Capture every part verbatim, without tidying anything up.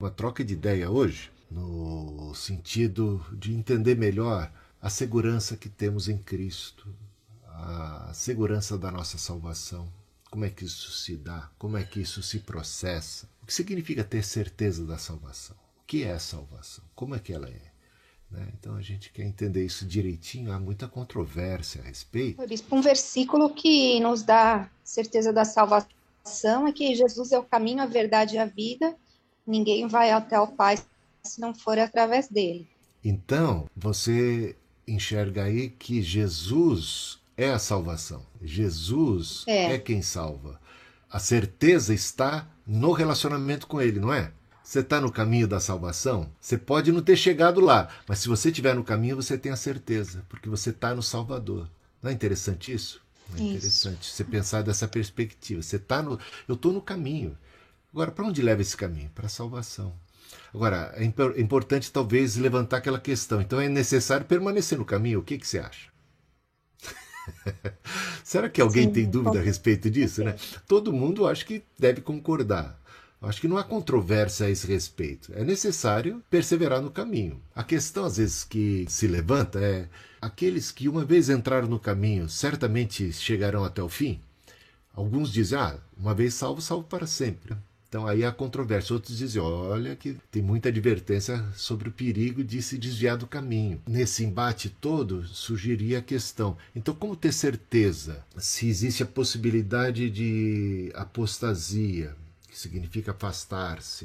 uma troca de ideia hoje, no sentido de entender melhor a segurança que temos em Cristo, a segurança da nossa salvação. Como é que isso se dá? Como é que isso se processa? O que significa ter certeza da salvação? O que é a salvação? Como é que ela é? Né? Então a gente quer entender isso direitinho, há muita controvérsia a respeito. Um versículo que nos dá certeza da salvação é que Jesus é o caminho, a verdade e a vida. Ninguém vai até o Pai se não for através dele. Então, você enxerga aí que Jesus é a salvação. Jesus é, é quem salva. A certeza está no relacionamento com ele, não é? Você está no caminho da salvação? Você pode não ter chegado lá, mas se você estiver no caminho, você tem a certeza, porque você está no Salvador. Não é interessante isso? É interessante isso. Você pensar dessa perspectiva. Você está no... Eu estou no caminho. Agora, para onde leva esse caminho? Para a salvação. Agora, é importante talvez levantar aquela questão. Então é necessário permanecer no caminho? O que, que você acha? Será que alguém Sim, tem dúvida a respeito disso? Né? Todo mundo acho que deve concordar. Acho que não há controvérsia a esse respeito. É necessário perseverar no caminho. A questão, às vezes, que se levanta é aqueles que, uma vez entraram no caminho, certamente chegarão até o fim. Alguns dizem, ah, uma vez salvo, salvo para sempre. Então aí há controvérsia. Outros dizem, olha, que tem muita advertência sobre o perigo de se desviar do caminho. Nesse embate todo, surgiria a questão. Então, como ter certeza se existe a possibilidade de apostasia, que significa afastar-se,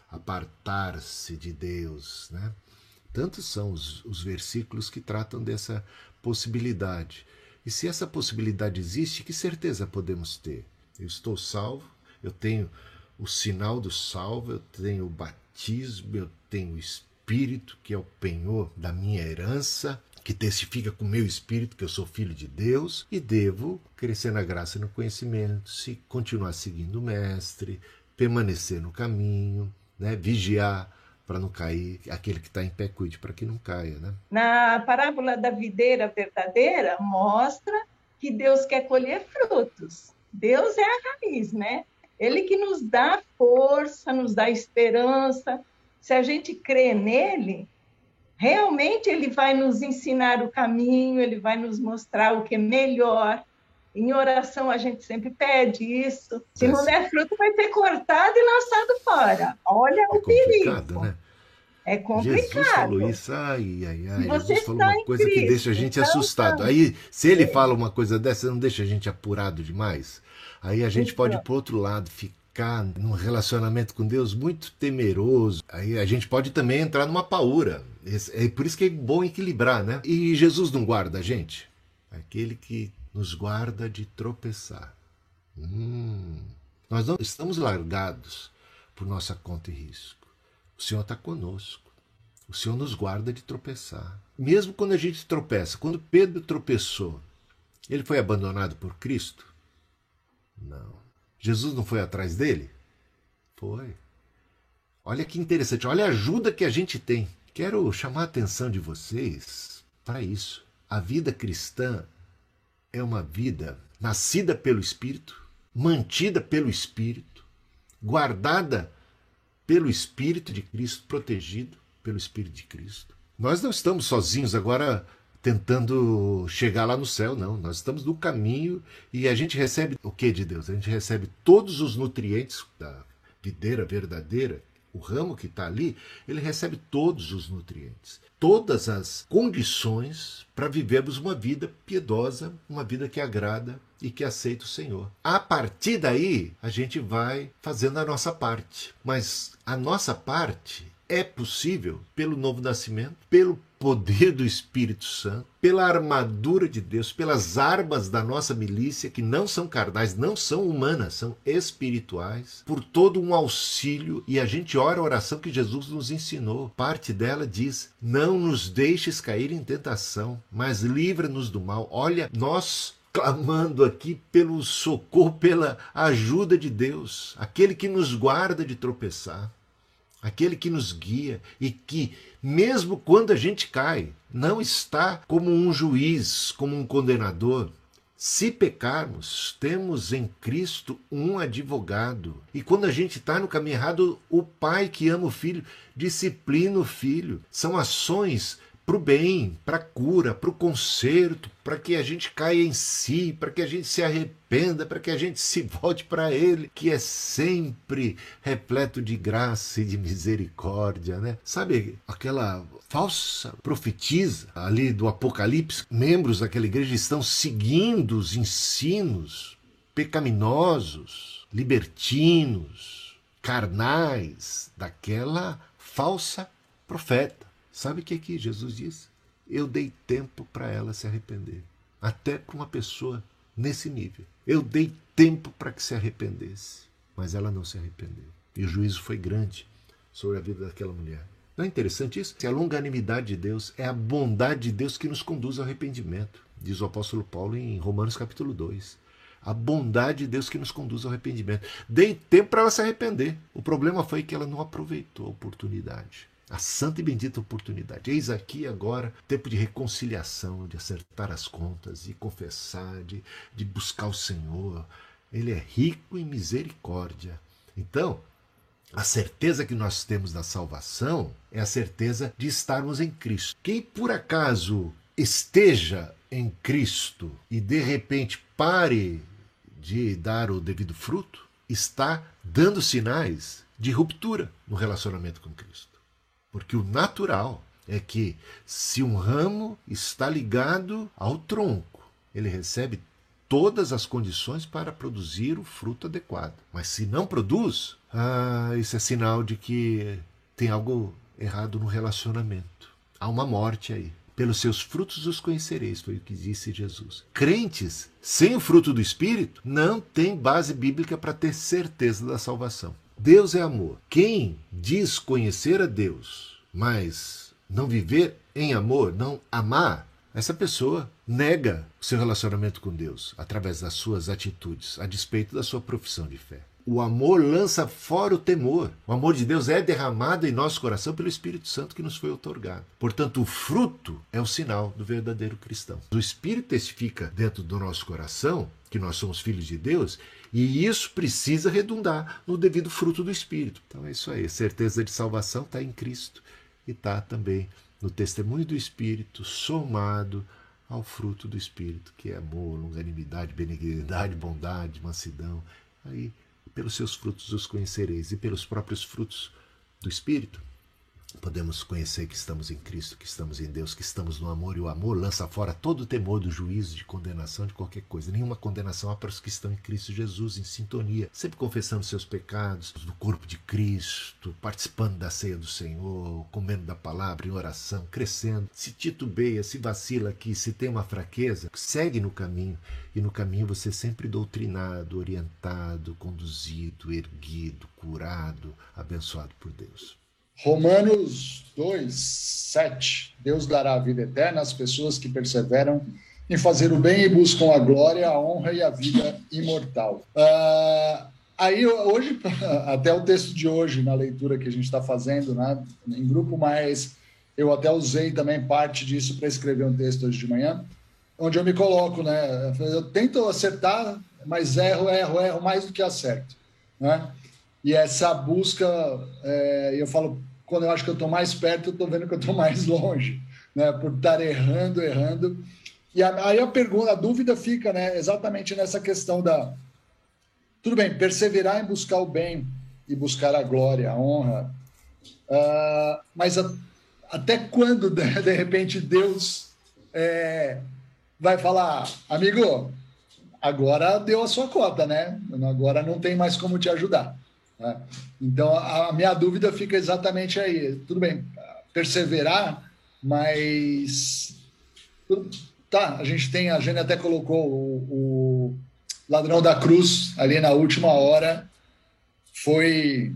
apartar-se de Deus, né? Tantos são os, os versículos que tratam dessa possibilidade. E se essa possibilidade existe, que certeza podemos ter? Eu estou salvo, eu tenho o sinal do salvo, eu tenho o batismo, eu tenho o Espírito, que é o penhor da minha herança, que testifica com o meu espírito que eu sou filho de Deus, e devo crescer na graça e no conhecimento, se continuar seguindo o Mestre, permanecer no caminho, né, vigiar para não cair, aquele que está em pé cuide para que não caia. Né? Na parábola da videira verdadeira, mostra que Deus quer colher frutos. Deus é a raiz, né? Ele que nos dá força, nos dá esperança. Se a gente crê nele, realmente ele vai nos ensinar o caminho, ele vai nos mostrar o que é melhor. Em oração a gente sempre pede isso. Se não der fruto, vai ser cortado e lançado fora. Olha é o perigo. Né? É complicado. Jesus falou isso, ai, ai, ai. Você Jesus falou uma coisa Cristo, que deixa a gente então, assustado. Aí, se ele fala uma coisa dessa, não deixa a gente apurado demais? Aí a gente pode ir para o outro lado, ficar num relacionamento com Deus muito temeroso. Aí a gente pode também entrar numa paura. É por isso que é bom equilibrar, né? E Jesus não guarda a gente? Aquele que nos guarda de tropeçar. Hum, nós não estamos largados por nossa conta e risco. O Senhor está conosco. O Senhor nos guarda de tropeçar. Mesmo quando a gente tropeça, quando Pedro tropeçou, ele foi abandonado por Cristo? Não. Jesus não foi atrás dele? Foi. Olha que interessante, olha a ajuda que a gente tem. Quero chamar a atenção de vocês para isso. A vida cristã é uma vida nascida pelo Espírito, mantida pelo Espírito, guardada pelo Espírito de Cristo, protegido pelo Espírito de Cristo. Nós não estamos sozinhos agora tentando chegar lá no céu, não. Nós estamos no caminho e a gente recebe o que de Deus? A gente recebe todos os nutrientes da videira verdadeira, o ramo que está ali, ele recebe todos os nutrientes, todas as condições para vivermos uma vida piedosa, uma vida que agrada e que aceita o Senhor. A partir daí, a gente vai fazendo a nossa parte. Mas a nossa parte é possível pelo novo nascimento, pelo poder do Espírito Santo, pela armadura de Deus, pelas armas da nossa milícia, que não são carnais, não são humanas, são espirituais, por todo um auxílio. E a gente ora a oração que Jesus nos ensinou. Parte dela diz, não nos deixes cair em tentação, mas livra-nos do mal. Olha, nós clamando aqui pelo socorro, pela ajuda de Deus, aquele que nos guarda de tropeçar, aquele que nos guia e que, mesmo quando a gente cai, não está como um juiz, como um condenador. Se pecarmos, temos em Cristo um advogado. E quando a gente está no caminho errado, o pai que ama o filho disciplina o filho. São ações para o bem, para a cura, para o conserto, para que a gente caia em si, para que a gente se arrependa, para que a gente se volte para Ele, que é sempre repleto de graça e de misericórdia, né? Sabe aquela falsa profetisa ali do Apocalipse? Membros daquela igreja estão seguindo os ensinos pecaminosos, libertinos, carnais daquela falsa profeta. Sabe o que é que Jesus disse? Eu dei tempo para ela se arrepender. Até para uma pessoa nesse nível. Eu dei tempo para que se arrependesse. Mas ela não se arrependeu. E o juízo foi grande sobre a vida daquela mulher. Não é interessante isso? A longanimidade de Deus é a bondade de Deus que nos conduz ao arrependimento. Diz o apóstolo Paulo em Romanos capítulo dois. A bondade de Deus que nos conduz ao arrependimento. Dei tempo para ela se arrepender. O problema foi que ela não aproveitou a oportunidade. A santa e bendita oportunidade. Eis aqui agora tempo de reconciliação, de acertar as contas, de confessar, de, de buscar o Senhor. Ele é rico em misericórdia. Então, a certeza que nós temos da salvação é a certeza de estarmos em Cristo. Quem por acaso esteja em Cristo e de repente pare de dar o devido fruto, está dando sinais de ruptura no relacionamento com Cristo. Porque o natural é que, se um ramo está ligado ao tronco, ele recebe todas as condições para produzir o fruto adequado. Mas se não produz, ah, isso é sinal de que tem algo errado no relacionamento. Há uma morte aí. Pelos seus frutos os conhecereis, foi o que disse Jesus. Crentes sem o fruto do Espírito não tem base bíblica para ter certeza da salvação. Deus é amor. Quem diz conhecer a Deus, mas não viver em amor, não amar, essa pessoa nega o seu relacionamento com Deus através das suas atitudes, a despeito da sua profissão de fé. O amor lança fora o temor. O amor de Deus é derramado em nosso coração pelo Espírito Santo que nos foi outorgado. Portanto, o fruto é o sinal do verdadeiro cristão. O Espírito testifica dentro do nosso coração que nós somos filhos de Deus, e isso precisa redundar no devido fruto do Espírito. Então é isso aí. A certeza de salvação está em Cristo e está também no testemunho do Espírito somado ao fruto do Espírito, que é amor, longanimidade, benignidade, bondade, mansidão. Aí, pelos seus frutos os conhecereis, e pelos próprios frutos do Espírito podemos conhecer que estamos em Cristo, que estamos em Deus, que estamos no amor, e o amor lança fora todo o temor do juízo, de condenação, de qualquer coisa. Nenhuma condenação há para os que estão em Cristo Jesus, em sintonia, sempre confessando seus pecados, do corpo de Cristo, participando da ceia do Senhor, comendo da palavra, em oração, crescendo. Se titubeia, se vacila aqui, se tem uma fraqueza, segue no caminho, e no caminho você sempre doutrinado, orientado, conduzido, erguido, curado, abençoado por Deus. Romanos dois, sete. Deus dará a vida eterna às pessoas que perseveram em fazer o bem e buscam a glória, a honra e a vida imortal. Uh, aí, hoje, até o texto de hoje, na leitura que a gente está fazendo, né, em grupo, mas eu até usei também parte disso para escrever um texto hoje de manhã, onde eu me coloco, né? Eu tento acertar, mas erro, erro, erro mais do que acerto, né? E essa busca, é, eu falo, quando eu acho que eu estou mais perto, eu estou vendo que eu estou mais longe, né? Por estar errando, errando. E aí a pergunta, a dúvida fica, né, exatamente nessa questão da... Tudo bem, perseverar em buscar o bem e buscar a glória, a honra, uh, mas a, até quando, de, de repente, Deus é, vai falar, amigo, agora deu a sua cota, né? Agora não tem mais como te ajudar. Né? Então, a minha dúvida fica exatamente aí. Tudo bem, perseverar, mas... Tá, a gente tem, a Jane até colocou o, o ladrão da cruz ali na última hora, foi,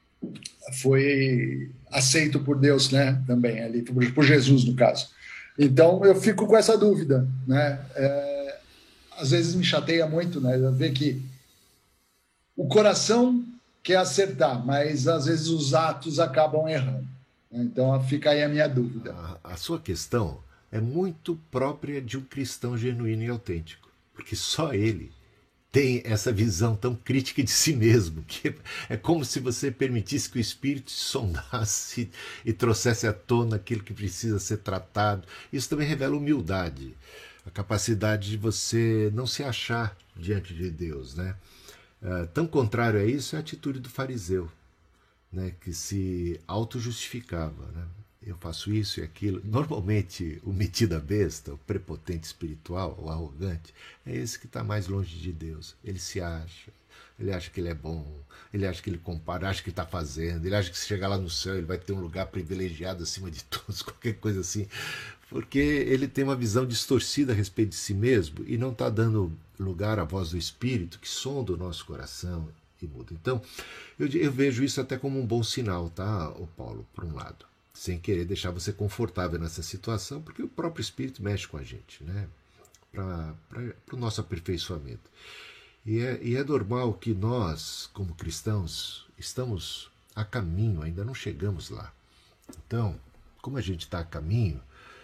foi aceito por Deus, né? Também, ali, por, por Jesus, no caso. Então, eu fico com essa dúvida, né? É, às vezes me chateia muito, né? Ver que o coração quer acertar, mas às vezes os atos acabam errando. Então fica aí a minha dúvida. A, a sua questão é muito própria de um cristão genuíno e autêntico. porque só ele tem essa visão tão crítica de si mesmo, que é como se você permitisse que o Espírito te sondasse e trouxesse à tona aquilo que precisa ser tratado. Isso também revela humildade, a capacidade de você não se achar diante de Deus, né? Uh, tão contrário a isso é a atitude do fariseu, né, que se auto-justificava, né? Eu faço isso e aquilo. Normalmente o metido a besta, o prepotente espiritual, o arrogante, é esse que está mais longe de Deus. Ele se acha, ele acha que ele é bom, ele acha que ele compara, acha que está fazendo, ele acha que se chegar lá no céu ele vai ter um lugar privilegiado acima de todos, qualquer coisa assim, porque ele tem uma visão distorcida a respeito de si mesmo e não está dando lugar à voz do Espírito que sonda o nosso coração e muda. Então, eu, eu vejo isso até como um bom sinal, tá, ô Paulo, por um lado, sem querer deixar você confortável nessa situação, porque o próprio Espírito mexe com a gente, né, para o nosso aperfeiçoamento. E é, e é normal que nós, como cristãos, estamos a caminho, ainda não chegamos lá. Então, como a gente está a caminho,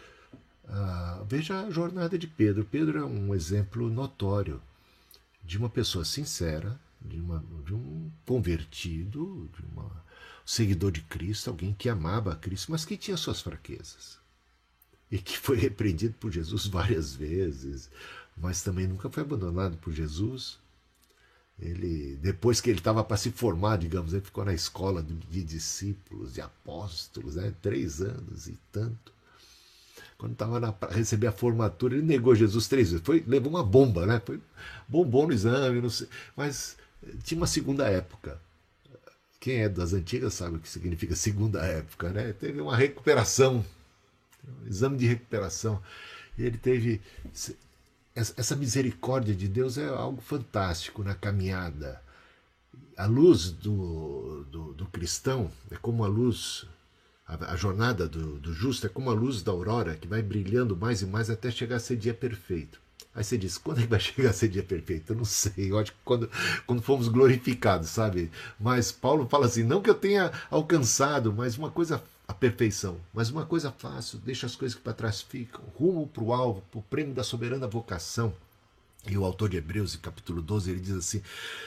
uh, veja a jornada de Pedro. Pedro é um exemplo notório de uma pessoa sincera, de, uma, de um convertido, de um seguidor de Cristo, alguém que amava a Cristo, mas que tinha suas fraquezas. E que foi repreendido por Jesus várias vezes, mas também nunca foi abandonado por Jesus. Ele, depois que ele estava para se formar, digamos, ele ficou na escola de discípulos, de apóstolos, né? Três anos e tanto. Quando estava para receber a formatura, ele negou Jesus três vezes. Foi, levou uma bomba, né? Foi bombom no exame, não sei. Mas tinha uma segunda época. Quem é das antigas sabe o que significa segunda época, né? Teve uma recuperação, um exame de recuperação. E ele teve... Essa misericórdia de Deus é algo fantástico na caminhada. A luz do, do, do cristão é como a luz, a, a jornada do, do justo é como a luz da aurora, que vai brilhando mais e mais até chegar a ser dia perfeito. Aí você diz, quando é que vai chegar a ser dia perfeito? Eu não sei, eu acho que quando, quando fomos glorificados, sabe? Mas Paulo fala assim, não que eu tenha alcançado, mas uma coisa, a perfeição, mas uma coisa fácil, deixa as coisas que para trás ficam, rumo para o alvo, para o prêmio da soberana vocação. E o autor de Hebreus, capítulo doze, ele diz assim,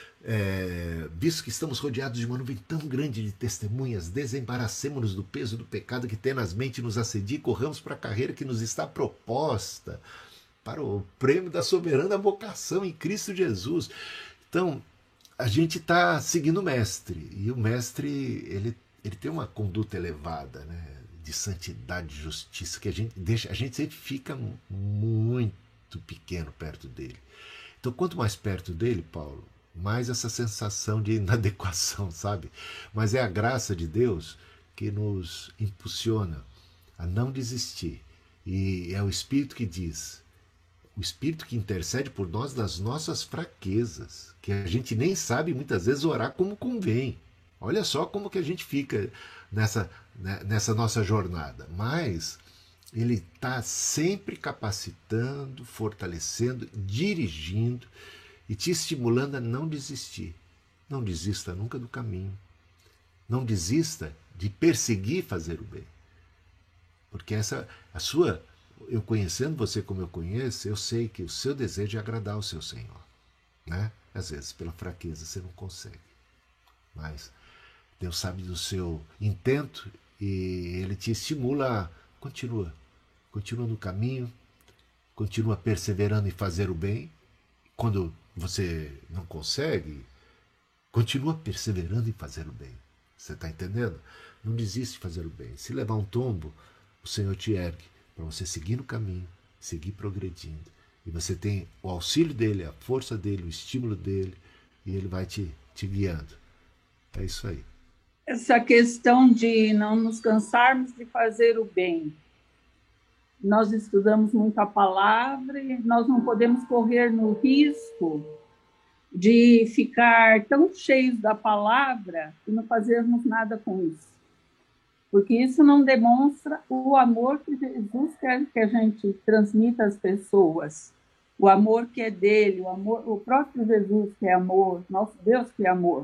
é, visto que estamos rodeados de uma nuvem tão grande de testemunhas, desembaracemo-nos do peso do pecado que tenazmente nos assedia e corramos para a carreira que nos está proposta, para o prêmio da soberana vocação em Cristo Jesus. Então, a gente está seguindo o mestre, e o mestre, ele, ele tem uma conduta elevada, né, de santidade e justiça, que a gente deixa, a gente sempre fica muito pequeno perto dele. Então, quanto mais perto dele, Paulo, mais essa sensação de inadequação, sabe? Mas é a graça de Deus que nos impulsiona a não desistir. E é o Espírito que diz, o Espírito que intercede por nós nas nossas fraquezas, que a gente nem sabe muitas vezes orar como convém. Olha só como que a gente fica nessa, nessa nossa jornada. Mas ele está sempre capacitando, fortalecendo, dirigindo e te estimulando a não desistir. Não desista nunca do caminho. Não desista de perseguir fazer o bem. Porque essa, a sua, eu conhecendo você como eu conheço, eu sei que o seu desejo é agradar ao seu Senhor, né? Às vezes, pela fraqueza, você não consegue. Mas Deus sabe do seu intento e Ele te estimula a continua. Continua no caminho, continua perseverando em fazer o bem. Quando você não consegue, continua perseverando em fazer o bem. Você está entendendo? Não desiste de fazer o bem. Se levar um tombo, o Senhor te ergue para você seguir no caminho, seguir progredindo. E você tem o auxílio dele, a força dele, o estímulo dele, e ele vai te, te guiando. É isso aí. Essa questão de não nos cansarmos de fazer o bem. Nós estudamos muito a palavra e nós não podemos correr no risco de ficar tão cheios da palavra e não fazermos nada com isso. Porque isso não demonstra o amor que Jesus quer que a gente transmita às pessoas. O amor que é dele, o, amor, o próprio Jesus que é amor, nosso Deus que é amor.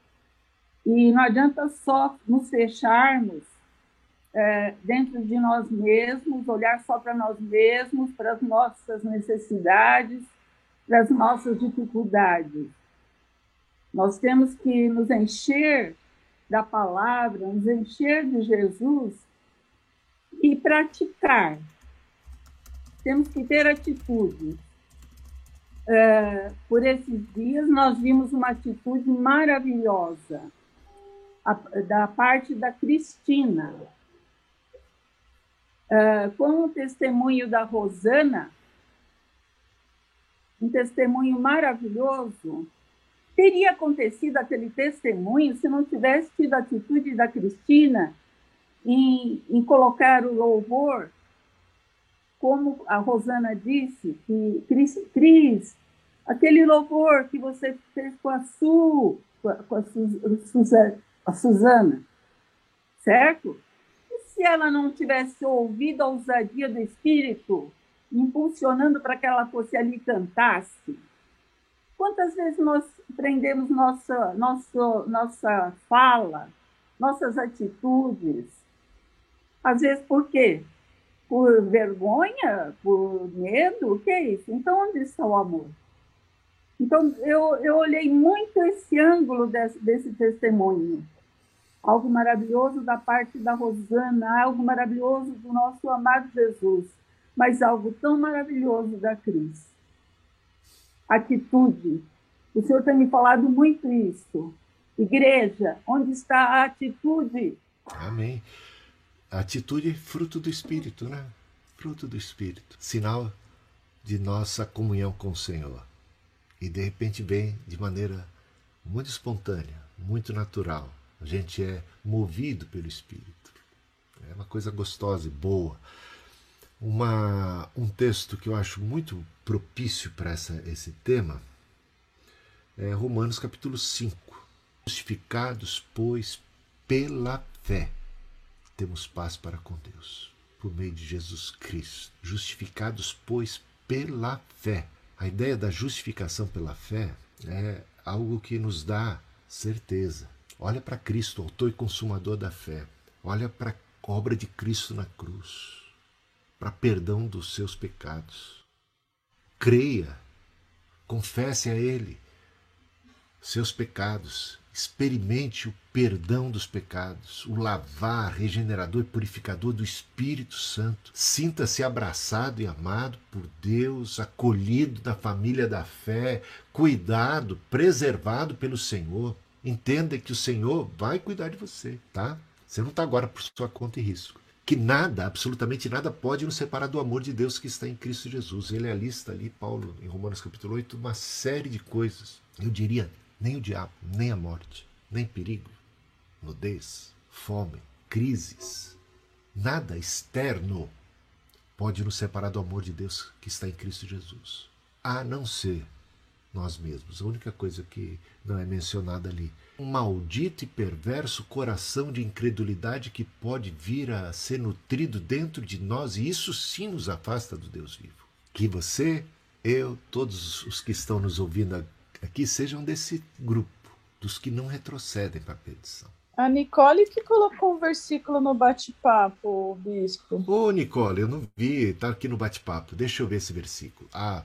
E não adianta só nos fecharmos é, dentro de nós mesmos, olhar só para nós mesmos, para as nossas necessidades, para as nossas dificuldades. Nós temos que nos encher da palavra, nos encher de Jesus e praticar. Temos que ter atitude. Uh, por esses dias, nós vimos uma atitude maravilhosa a, da parte da Cristina. Uh, com o testemunho da Rosana, um testemunho maravilhoso. Teria acontecido aquele testemunho se não tivesse tido a atitude da Cristina em, em colocar o louvor, como a Rosana disse, que Cris, Cris, aquele louvor que você fez com a Su, com a, Su, a Suzana, certo? E se ela não tivesse ouvido a ousadia do Espírito, impulsionando para que ela fosse ali e cantasse? Quantas vezes nós prendemos nossa, nossa, nossa fala, nossas atitudes? Às vezes por quê? Por vergonha? Por medo? O que é isso? Então, onde está o amor? Então, eu, eu olhei muito esse ângulo desse, desse testemunho. Algo maravilhoso da parte da Rosana, algo maravilhoso do nosso amado Jesus, mas algo tão maravilhoso da Cris. Atitude. O Senhor tem me falado muito isso. Igreja, onde está a atitude? Amém. A atitude é fruto do Espírito, né? Fruto do Espírito. Sinal de nossa comunhão com o Senhor. E de repente vem de maneira muito espontânea, muito natural. A gente é movido pelo Espírito. É uma coisa gostosa e boa. Uma, um texto que eu acho muito propício para essa, esse tema é Romanos capítulo cinco. Justificados, pois, pela fé, temos paz para com Deus, por meio de Jesus Cristo. Justificados, pois, pela fé. A ideia da justificação pela fé é algo que nos dá certeza. Olha para Cristo, autor e consumador da fé. Olha para a obra de Cristo na cruz, para perdão dos seus pecados. Creia, confesse a Ele seus pecados, experimente o perdão dos pecados, o lavar regenerador e purificador do Espírito Santo. Sinta-se abraçado e amado por Deus, acolhido na família da fé, cuidado, preservado pelo Senhor. Entenda que o Senhor vai cuidar de você, tá? Você não está agora por sua conta e risco. Que nada, absolutamente nada, pode nos separar do amor de Deus que está em Cristo Jesus. Ele alista ali, Paulo, em Romanos capítulo oito, uma série de coisas. Eu diria, nem o diabo, nem a morte, nem perigo, nudez, fome, crises, nada externo pode nos separar do amor de Deus que está em Cristo Jesus. A não ser nós mesmos. A única coisa que não é mencionada ali. Um maldito e perverso coração de incredulidade que pode vir a ser nutrido dentro de nós, e isso sim nos afasta do Deus vivo. Que você, eu, todos os que estão nos ouvindo aqui sejam desse grupo, dos que não retrocedem para a perdição. A Nicole que colocou um versículo no bate-papo, bispo. Ô, Nicole, eu não vi, tá aqui no bate-papo. Deixa eu ver esse versículo. Ah,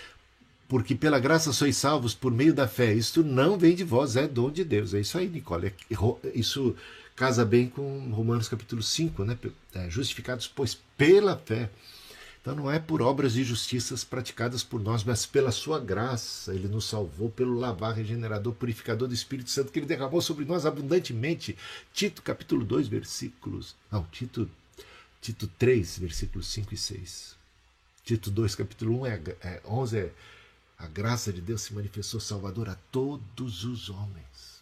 porque pela graça sois salvos por meio da fé. Isto não vem de vós, é dom de Deus. É isso aí, Nicole. Isso casa bem com Romanos capítulo cinco, né? Justificados, pois, pela fé. Então não é por obras de justiças praticadas por nós, mas pela sua graça. Ele nos salvou pelo lavar regenerador, purificador do Espírito Santo, que ele derramou sobre nós abundantemente. Tito capítulo dois, versículos... Não, Tito, Tito três, versículos cinco e seis. Tito dois, capítulo um, é, é, onze é... A graça de Deus se manifestou salvadora a todos os homens.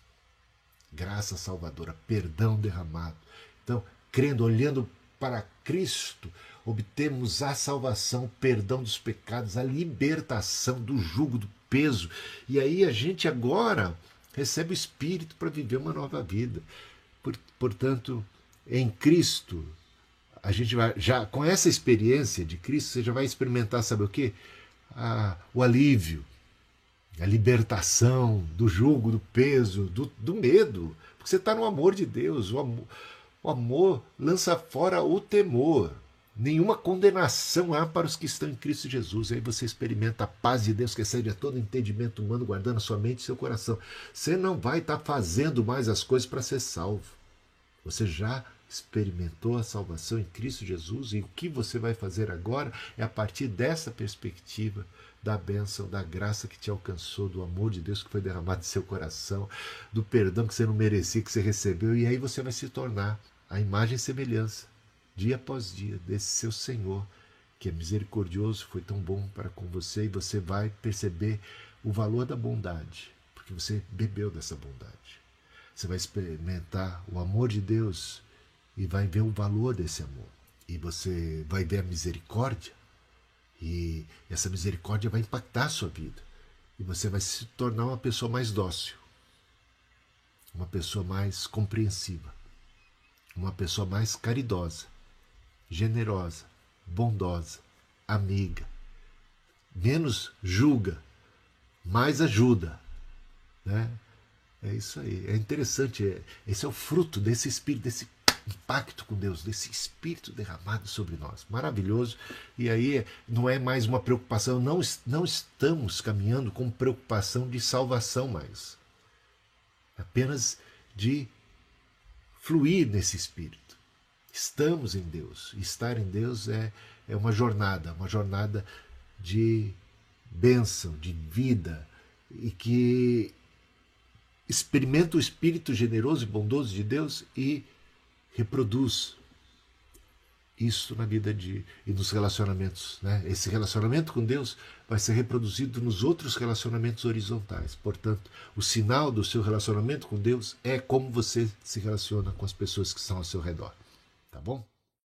Graça salvadora, perdão derramado. Então, crendo, olhando para Cristo, obtemos a salvação, o perdão dos pecados, a libertação do jugo, do peso. E aí a gente agora recebe o Espírito para viver uma nova vida. Portanto, em Cristo, a gente vai, já com essa experiência de Cristo, você já vai experimentar, sabe o quê? Ah, o alívio, a libertação do jugo, do peso, do, do medo, porque você está no amor de Deus. O amor, o amor lança fora o temor. nenhuma condenação há para os que estão em Cristo Jesus. Aí você experimenta a paz de Deus que excede a todo entendimento humano, guardando a sua mente e seu coração. Você não vai estar fazendo mais as coisas para ser salvo. Você já experimentou a salvação em Cristo Jesus, e o que você vai fazer agora é a partir dessa perspectiva da bênção, da graça que te alcançou, do amor de Deus que foi derramado em seu coração, do perdão que você não merecia, que você recebeu, e aí você vai se tornar a imagem e semelhança, dia após dia, desse seu Senhor, que é misericordioso, foi tão bom para com você, e você vai perceber o valor da bondade, porque você bebeu dessa bondade. Você vai experimentar o amor de Deus e vai ver o valor desse amor. E você vai ver a misericórdia, e essa misericórdia vai impactar a sua vida. E você vai se tornar uma pessoa mais dócil, uma pessoa mais compreensiva, uma pessoa mais caridosa, generosa, bondosa, amiga. Menos julga, mais ajuda, né? É isso aí. É interessante. É, esse é o fruto desse espírito, desse impacto com Deus, desse espírito derramado sobre nós. Maravilhoso. E aí não é mais uma preocupação, não, não estamos caminhando com preocupação de salvação mais. Apenas de fluir nesse espírito. Estamos em Deus. Estar em Deus é, é uma jornada, uma jornada de bênção, de vida, e que experimenta o espírito generoso e bondoso de Deus e reproduz isso na vida de, e nos relacionamentos, né? Esse relacionamento com Deus vai ser reproduzido nos outros relacionamentos horizontais. Portanto, o sinal do seu relacionamento com Deus é como você se relaciona com as pessoas que estão ao seu redor. Tá bom?